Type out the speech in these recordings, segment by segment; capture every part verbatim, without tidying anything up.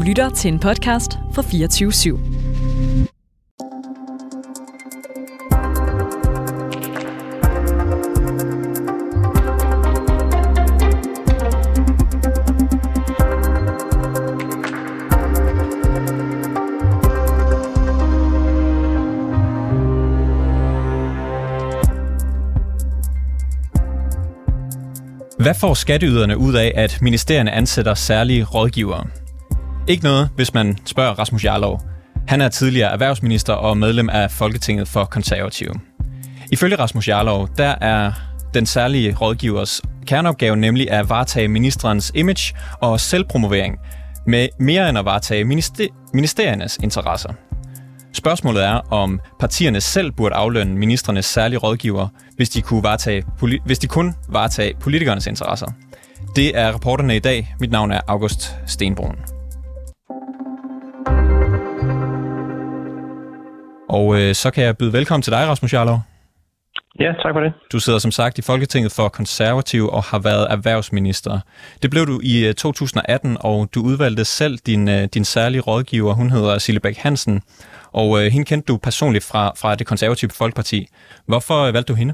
lytter til en podcast fra fireogtyve syv. Hvad får skatteyderne ud af, at ministerierne ansætter særlige rådgivere? Ikke noget, hvis man spørger Rasmus Jarlov. Han er tidligere erhvervsminister og medlem af Folketinget for Konservative. Ifølge Rasmus Jarlov, der er den særlige rådgivers kerneopgave nemlig at varetage ministerens image og selvpromovering med mere end at varetage minister- ministeriernes interesser. Spørgsmålet er, om partierne selv burde aflønne ministrenes særlige rådgiver, hvis de, kunne varetage poli- hvis de kun varetage politikernes interesser. Det er reporterne i dag. Mit navn er August Stenbrun. Og øh, så kan jeg byde velkommen til dig, Rasmus Jarlov. Ja, tak for det. Du sidder som sagt i Folketinget for Konservative og har været erhvervsminister. Det blev du i to tusind og atten, og du udvalgte selv din, din særlige rådgiver. Hun hedder Sille Bæk Hansen, og øh, hende kendte du personligt fra, fra det konservative Folkeparti. Hvorfor valgte du hende?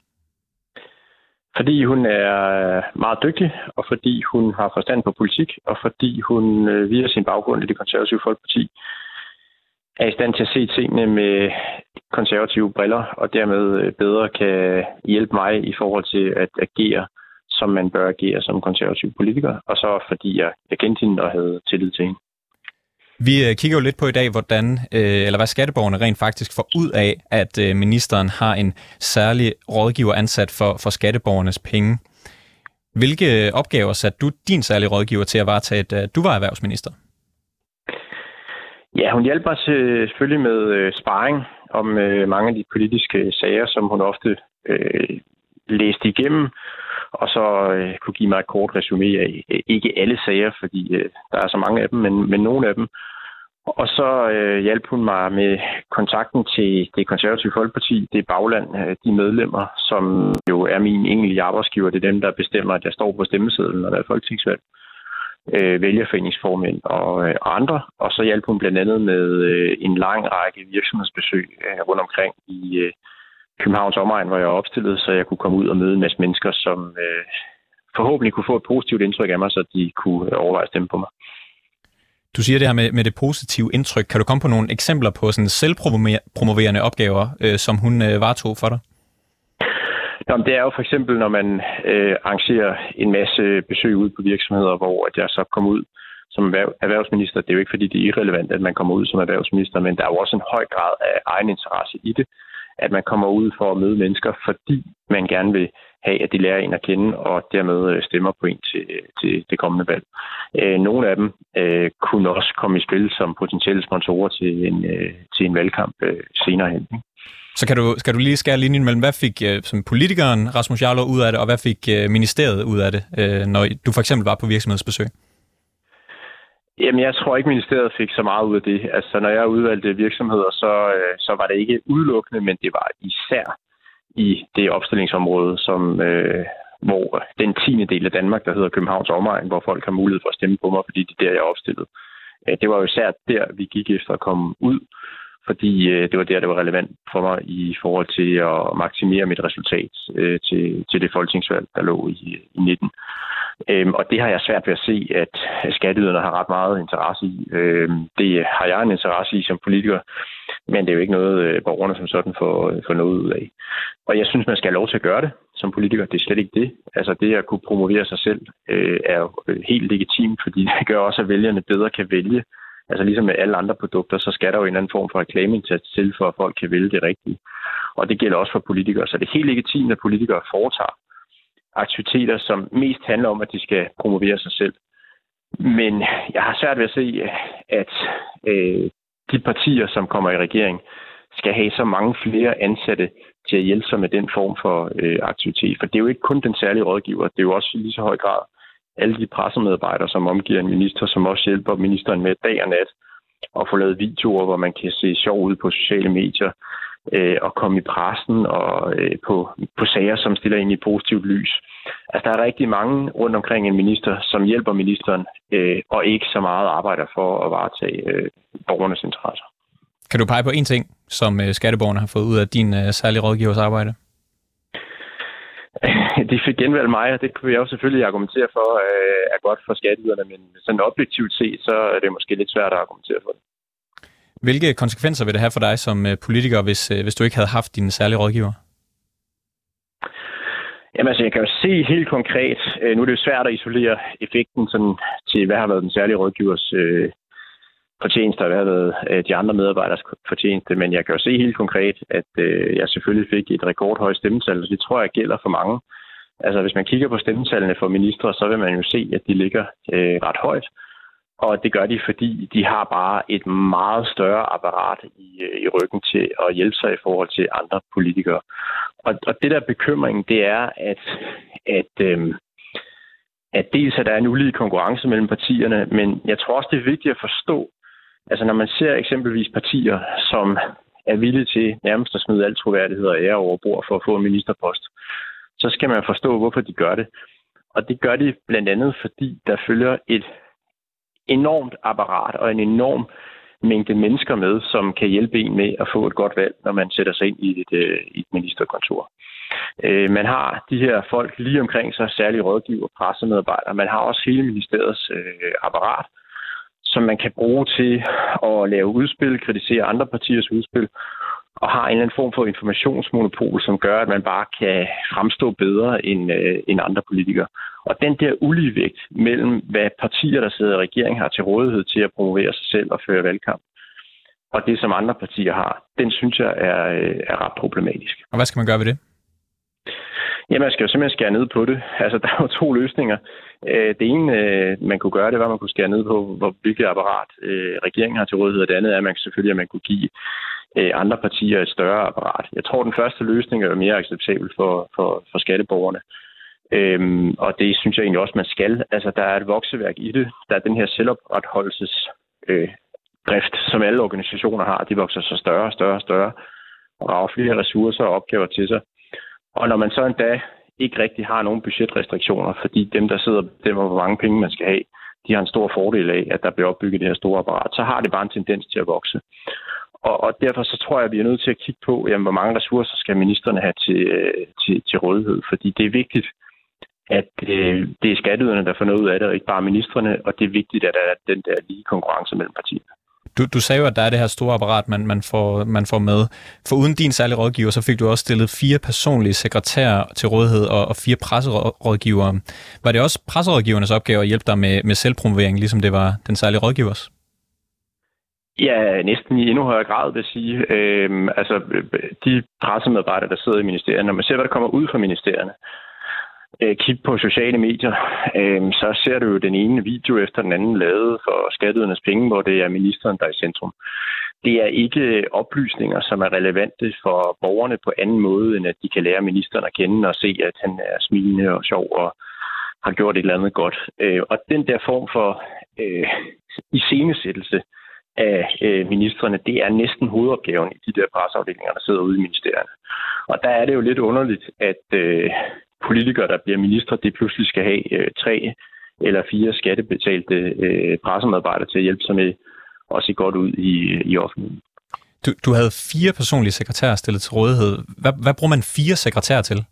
Fordi hun er meget dygtig, og fordi hun har forstand på politik, og fordi hun øh, via sin baggrund i det konservative Folkeparti er i stand til at se tingene med konservative briller, og dermed bedre kan hjælpe mig i forhold til at agere, som man bør agere som konservativ politiker, og så fordi jeg, jeg kendte hende og havde tillid til hende. Vi kigger jo lidt på i dag, hvordan, eller hvad skatteborgerne rent faktisk får ud af, at ministeren har en særlig rådgiver ansat for, for skatteborgernes penge. Hvilke opgaver satte du din særlige rådgiver til at varetage, da du var erhvervsminister? Ja, hun hjalp mig selvfølgelig med øh, sparring om øh, mange af de politiske sager, som hun ofte øh, læste igennem, og så øh, kunne give mig et kort resumé af øh, ikke alle sager, fordi øh, der er så mange af dem, men, men nogle af dem. Og så øh, hjalp hun mig med kontakten til det konservative Folkeparti, det bagland, øh, de medlemmer, som jo er min egentlige arbejdsgiver. Det er dem, der bestemmer, at jeg står på stemmesedlen, når der er folketingsvalg. Øh, vælgerforeningsformænd og, øh, og andre. Og så hjalp hun blandt andet med øh, en lang række virksomhedsbesøg øh, rundt omkring i øh, Københavns omegn, hvor jeg er opstillet, så jeg kunne komme ud og møde en masse mennesker, som øh, forhåbentlig kunne få et positivt indtryk af mig, så de kunne overveje at stemme på mig. Du siger det her med, med det positive indtryk. Kan du komme på nogle eksempler på sådan selvpromoverende opgaver, øh, som hun øh, varetog for dig? Jamen, det er jo for eksempel, når man øh, arrangerer en masse besøg ud på virksomheder, hvor at jeg så kommer ud som erhverv, erhvervsminister. Det er jo ikke, fordi det er irrelevant, at man kommer ud som erhvervsminister, men der er jo også en høj grad af egen interesse i det, at man kommer ud for at møde mennesker, fordi man gerne vil have, at de lærer en at kende, og dermed stemmer på en til, til det kommende valg. Øh, nogle af dem øh, kunne også komme i spil som potentielle sponsorer til en, øh, til en valgkamp øh, senere hen. Så kan du, skal du lige skære linjen mellem, hvad fik uh, som politikeren Rasmus Jarlov ud af det, og hvad fik uh, ministeriet ud af det, uh, når du for eksempel var på virksomhedsbesøg? Jamen, jeg tror ikke, ministeriet fik så meget ud af det. Altså, når jeg udvalgte virksomheder, så, uh, så var det ikke udelukkende, men det var især i det opstillingsområde, som, uh, hvor den tiende del af Danmark, der hedder Københavns omegn, hvor folk har mulighed for at stemme på mig, fordi det er der, jeg er opstillet. Uh, det var jo især der, vi gik efter at komme ud, fordi øh, det var der, det var relevant for mig i forhold til at maksimere mit resultat øh, til, til det folketingsvalg, der lå i, i nitten. Øhm, og det har jeg svært ved at se, at skatteyderne har ret meget interesse i. Øhm, det har jeg en interesse i som politiker, men det er jo ikke noget, øh, borgerne som sådan får, får noget ud af. Og jeg synes, man skal have lov til at gøre det som politiker. Det er slet ikke det. Altså det at kunne promovere sig selv øh, er jo helt legitimt, fordi det gør også, at vælgerne bedre kan vælge. Altså ligesom med alle andre produkter, så skal der jo en eller anden form for reklameindsats til, for at folk kan vælge det rigtige. Og det gælder også for politikere. Så det er helt legitimt, at politikere foretager aktiviteter, som mest handler om, at de skal promovere sig selv. Men jeg har svært ved at se, at øh, de partier, som kommer i regering, skal have så mange flere ansatte til at hjælpe sig med den form for øh, aktivitet. For det er jo ikke kun den særlige rådgiver, det er jo også i lige så høj grad alle de pressemedarbejdere, som omgiver en minister, som også hjælper ministeren med dag og nat at få lavet videoer, hvor man kan se sjov ud på sociale medier. øh, at komme i pressen og øh, på, på sager, som stiller ind i positivt lys. Altså, der er rigtig mange rundt omkring en minister, som hjælper ministeren, øh, og ikke så meget arbejder for at varetage øh, borgernes interesser. Kan du pege på en ting, som øh, skatteborgerne har fået ud af din øh, særlige rådgivers arbejde? De fik genvalgt mig, og det kunne jeg jo selvfølgelig argumentere for, øh, er godt for skatteyderne, men sådan objektivt set, så er det måske lidt svært at argumentere for det. Hvilke konsekvenser vil det have for dig som politiker, hvis, hvis du ikke havde haft din særlige rådgiver? Jamen altså, jeg kan jo se helt konkret, øh, nu er det jo svært at isolere effekten sådan, til, hvad har været den særlige rådgivers øh, fortjeneste, og hvad har været øh, de andre medarbejderes fortjeneste, men jeg kan jo se helt konkret, at øh, jeg selvfølgelig fik et rekordhøjt stemmetal, og det tror jeg gælder for mange. Altså, hvis man kigger på stemmetallene for ministre, så vil man jo se, at de ligger øh, ret højt. Og det gør de, fordi de har bare et meget større apparat i, i ryggen til at hjælpe sig i forhold til andre politikere. Og, og det der bekymring, det er, at, at, øhm, at dels at der er en ulige konkurrence mellem partierne, men jeg tror også, det er vigtigt at forstå, altså når man ser eksempelvis partier, som er villige til nærmest at smide al troværdighed og ære over bord for at få en ministerpost, så skal man forstå, hvorfor de gør det. Og det gør de blandt andet, fordi der følger et enormt apparat og en enorm mængde mennesker med, som kan hjælpe en med at få et godt valg, når man sætter sig ind i et, øh, et ministerkontor. Øh, man har de her folk lige omkring sig, særlige rådgiver, pressemedarbejdere. Man har også hele ministeriets øh, apparat, som man kan bruge til at lave udspil, kritisere andre partiers udspil, og har en eller anden form for informationsmonopol, som gør, at man bare kan fremstå bedre end, øh, end andre politikere. Og den der uligevægt mellem, hvad partier, der sidder i regeringen, har til rådighed til at promovere sig selv og føre valgkamp, og det, som andre partier har, den synes jeg er, øh, er ret problematisk. Og hvad skal man gøre ved det? Jamen, man skal jo simpelthen skære ned på det. Altså, der er jo to løsninger. Det ene, man kunne gøre, det var, at man kunne skære ned på, hvor hvilket apparat regeringen har til rådighed, og det andet er, at man selvfølgelig, at man kunne give andre partier et større apparat. Jeg tror, den første løsning er mere acceptabel for, for, for skatteborgerne. Øhm, og det synes jeg egentlig også, man skal. Altså, der er et vokseværk i det. Der er den her selvopretholdelses øh, drift, som alle organisationer har. De vokser så større og større og større, og rager flere ressourcer og opgaver til sig. Og når man så endda ikke rigtig har nogen budgetrestriktioner, fordi dem, der sidder og bestemmer, hvor mange penge man skal have, de har en stor fordel af, at der bliver opbygget det her store apparat, så har det bare en tendens til at vokse. Og, og derfor så tror jeg, at vi er nødt til at kigge på, jamen, hvor mange ressourcer skal ministerne have til, til, til rådighed. Fordi det er vigtigt, at øh, det er skatteyderne, der får noget ud af det, og ikke bare ministrene, og det er vigtigt, at der er den der lige konkurrence mellem partierne. Du, du sagde jo, at der er det her store apparat, man, man, får, man får med. For uden din særlige rådgiver, så fik du også stillet fire personlige sekretærer til rådighed og, og fire presserådgivere. Var det også presserådgivernes opgave at hjælpe dig med, med selvpromovering, ligesom det var den særlige rådgivers? Ja, næsten i endnu højere grad, vil jeg sige. Øhm, altså, de pressemedarbejdere, der sidder i ministerierne, når man ser, hvad der kommer ud fra ministerierne, kig på sociale medier, øh, så ser du jo den ene video efter den anden lavet for skatteydernes penge, hvor det er ministeren, der er i centrum. Det er ikke oplysninger, som er relevante for borgerne på anden måde, end at de kan lære ministeren at kende og se, at han er smilende og sjov og har gjort et eller andet godt. Øh, og den der form for øh, iscenesættelse af øh, ministerne, det er næsten hovedopgaven i de der presseafdelinger, der sidder ude i ministerierne. Og der er det jo lidt underligt, at øh, politikere, der bliver ministre, de pludselig skal have øh, tre eller fire skattebetalte øh, pressemedarbejdere til at hjælpe sig med at se godt ud i, i offentligheden. Du, du havde fire personlige sekretærer stillet til rådighed. Hvad, hvad bruger man fire sekretærer til?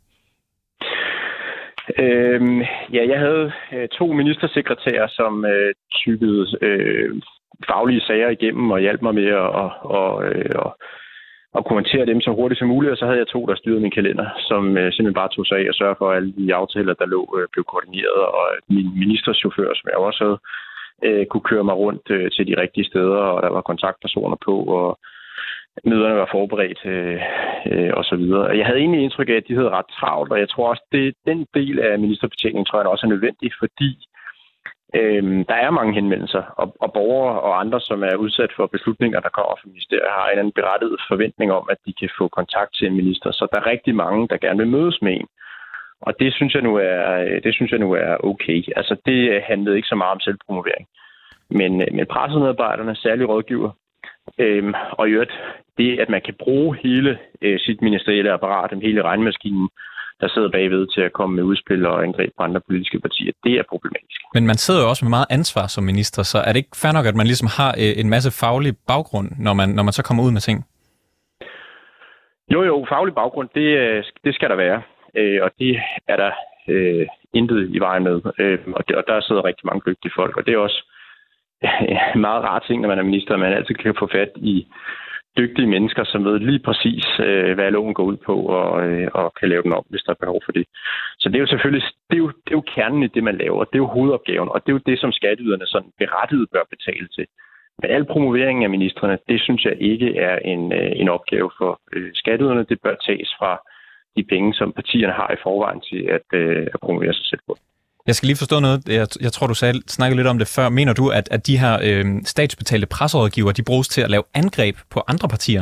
Øhm, ja, jeg havde øh, to ministersekretærer, som øh, tykkede øh, faglige sager igennem og hjalp mig med at og, og, øh, og og kommentere dem så hurtigt som muligt, og så havde jeg to, der styrede min kalender, som øh, simpelthen bare tog sig af og sørge for, at alle de aftaler, der lå, øh, blev koordineret, og min ministerchauffør, som jeg også havde, øh, kunne køre mig rundt øh, til de rigtige steder, og der var kontaktpersoner på, og møderne var forberedt, øh, øh, og så videre. Jeg havde egentlig indtryk af, at de havde ret travlt, og jeg tror også, at den del af ministerbetjeningen, tror jeg også er nødvendig, fordi Øhm, der er mange henvendelser, og, og borgere og andre, som er udsat for beslutninger, der kommer fra ministeriet, har en eller anden berettiget forventning om, at de kan få kontakt til en minister. Så der er rigtig mange, der gerne vil mødes med en. Og det synes jeg nu er, det synes jeg nu er okay. Altså, det handlede ikke så meget om selvpromovering. Men, men pressemedarbejderne, særlig rådgiver, Øhm, og i øvrigt, det, at man kan bruge hele øh, sit ministerielle apparat, hele regnmaskinen, der sidder bagved til at komme med udspil og angreb på andre politiske partier, det er problematisk. Men man sidder jo også med meget ansvar som minister, så er det ikke fair nok, at man ligesom har øh, en masse faglig baggrund, når man, når man så kommer ud med ting? Jo, jo, faglig baggrund, det, det skal der være. Øh, og det er der øh, intet i vejen med. Øh, og, det, og der sidder rigtig mange dygtige folk, og det er også en meget rar ting, når man er minister, at man altid kan få fat i dygtige mennesker, som ved lige præcis, øh, hvad loven går ud på, og, øh, og kan lave den om, hvis der er behov for det. Så det er jo selvfølgelig, det er jo, det er jo kernen i det, man laver. Det er jo hovedopgaven, og det er jo det, som skatteyderne sådan berettiget bør betale til. Men al promoveringen af ministrene, det synes jeg ikke er en, øh, en opgave for øh, skatteyderne. Det bør tages fra de penge, som partierne har i forvejen til at, øh, at promovere sig selv på. Jeg skal lige forstå noget. Jeg, jeg tror, du sagde, snakkede lidt om det før. Mener du, at, at de her øh, statsbetalte presserådgiver, de bruges til at lave angreb på andre partier?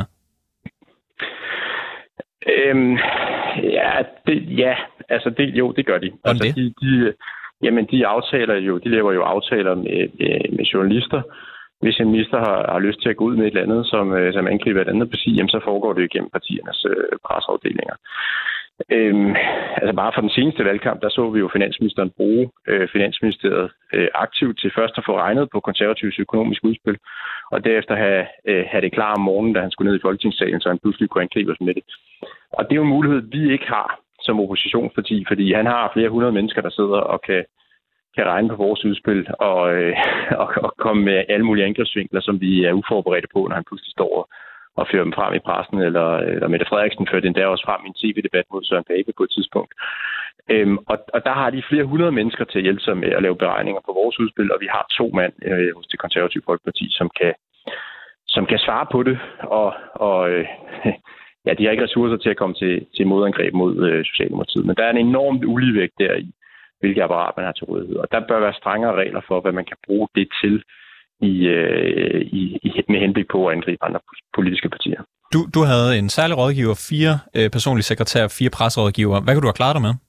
Øhm, ja, det, ja, altså det, jo, det gør de. Altså, det? De, de, jamen, de aftaler jo, de laver jo aftaler med, med journalister. Hvis en minister har, har lyst til at gå ud med et eller andet, som, som angriber et andet parti, jamen, så foregår det jo gennem partiernes øh, presseafdelinger. Øhm, altså bare for den seneste valgkamp, der så vi jo finansministeren bruge øh, Finansministeriet øh, aktivt til først at få regnet på konservativs økonomisk udspil, og derefter have, øh, have det klar om morgenen, da han skulle ned i Folketingssalen, så han pludselig kunne angribe os med det. Og det er jo en mulighed, vi ikke har som oppositionsparti, fordi han har flere hundrede mennesker, der sidder og kan, kan regne på vores udspil og, øh, og, og komme med alle mulige angrebsvinkler, som vi er uforberedte på, når han pludselig står og og føre dem frem i pressen, eller, eller Mette Frederiksen førte den der også frem i en tv-debat mod Søren Pape på et tidspunkt. Øhm, og, og der har de flere hundrede mennesker til at hjælpe sig med at lave beregninger på vores udspil, og vi har to mand øh, hos det Konservative Folkeparti, som kan, som kan svare på det, og, og øh, ja, de har ikke ressourcer til at komme til, til modangreb mod øh, Socialdemokratiet, men der er en enormt uligevægt der i, hvilket apparat man har til rådighed, og der bør være strengere regler for, hvad man kan bruge det til, I, øh, i, i, med henblik på at angribe andre politiske partier. Du, du havde en særlig rådgiver, fire øh, personlige sekretærer, fire presserådgiver. Hvad kunne du have klaret dig med?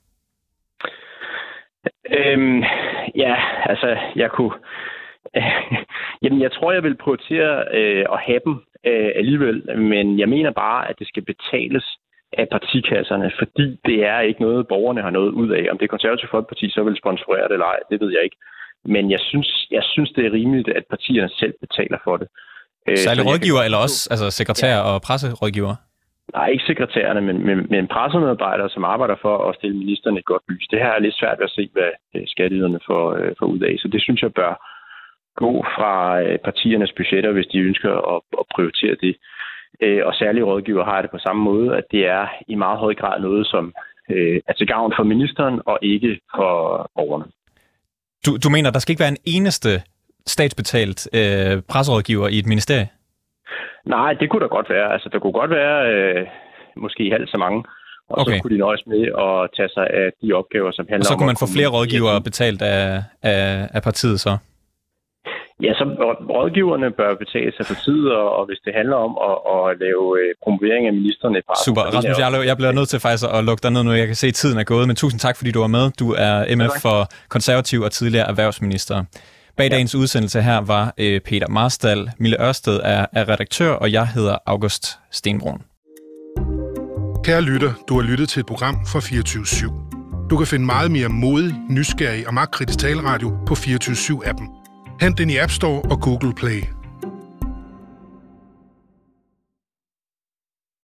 Øhm, ja, altså, jeg kunne... Øh, jamen, jeg tror, jeg vil prioritere øh, at have dem øh, alligevel, men jeg mener bare, at det skal betales af partikasserne, fordi det er ikke noget, borgerne har noget ud af. Om det Konservative Folkeparti så vil sponsorere det eller ej, det ved jeg ikke. Men jeg synes, jeg synes, det er rimeligt, at partierne selv betaler for det. Særlig rådgiver, eller også altså sekretærer ja. og presserådgiver? Nej, ikke sekretærerne, men, men, men pressemedarbejdere, som arbejder for at stille ministerne et godt lys. Det her er lidt svært ved at se, hvad skatteyderne får, får ud af. Så det synes jeg bør gå fra partiernes budgetter, hvis de ønsker at, at prioritere det. Og særlige rådgiver har det på samme måde, at det er i meget høj grad noget, som er til gavn for ministeren og ikke for borgerne. Du, du mener, der skal ikke være en eneste statsbetalt øh, presserådgiver i et ministerie? Nej, det kunne der godt være. Altså, der kunne godt være øh, måske halvt så mange. Og okay. Så kunne de nøjes med at tage sig af de opgaver, som handler om... Og så kunne man få flere rådgivere betalt af, af, af partiet så? Ja, så rådgiverne bør betale sig for tid, og, og hvis det handler om at, at lave øh, promovering af ministerne... Super. Rasmus Jarlov, jeg bliver nødt til faktisk at lukke dig ned nu. Jeg kan se, at tiden er gået, men tusind tak, fordi du var med. Du er M F for Konservativ og tidligere erhvervsminister. Bag ja. dagens udsendelse her var øh, Peter Marstal. Mille Ørsted er, er redaktør, og jeg hedder August Stenbrun. Kære lytter, du har lyttet til et program fra fireogtyve syv. Du kan finde meget mere modig, nysgerrig og magtkritisk taleradio på fireogtyve syv appen. Hent den i App Store og Google Play.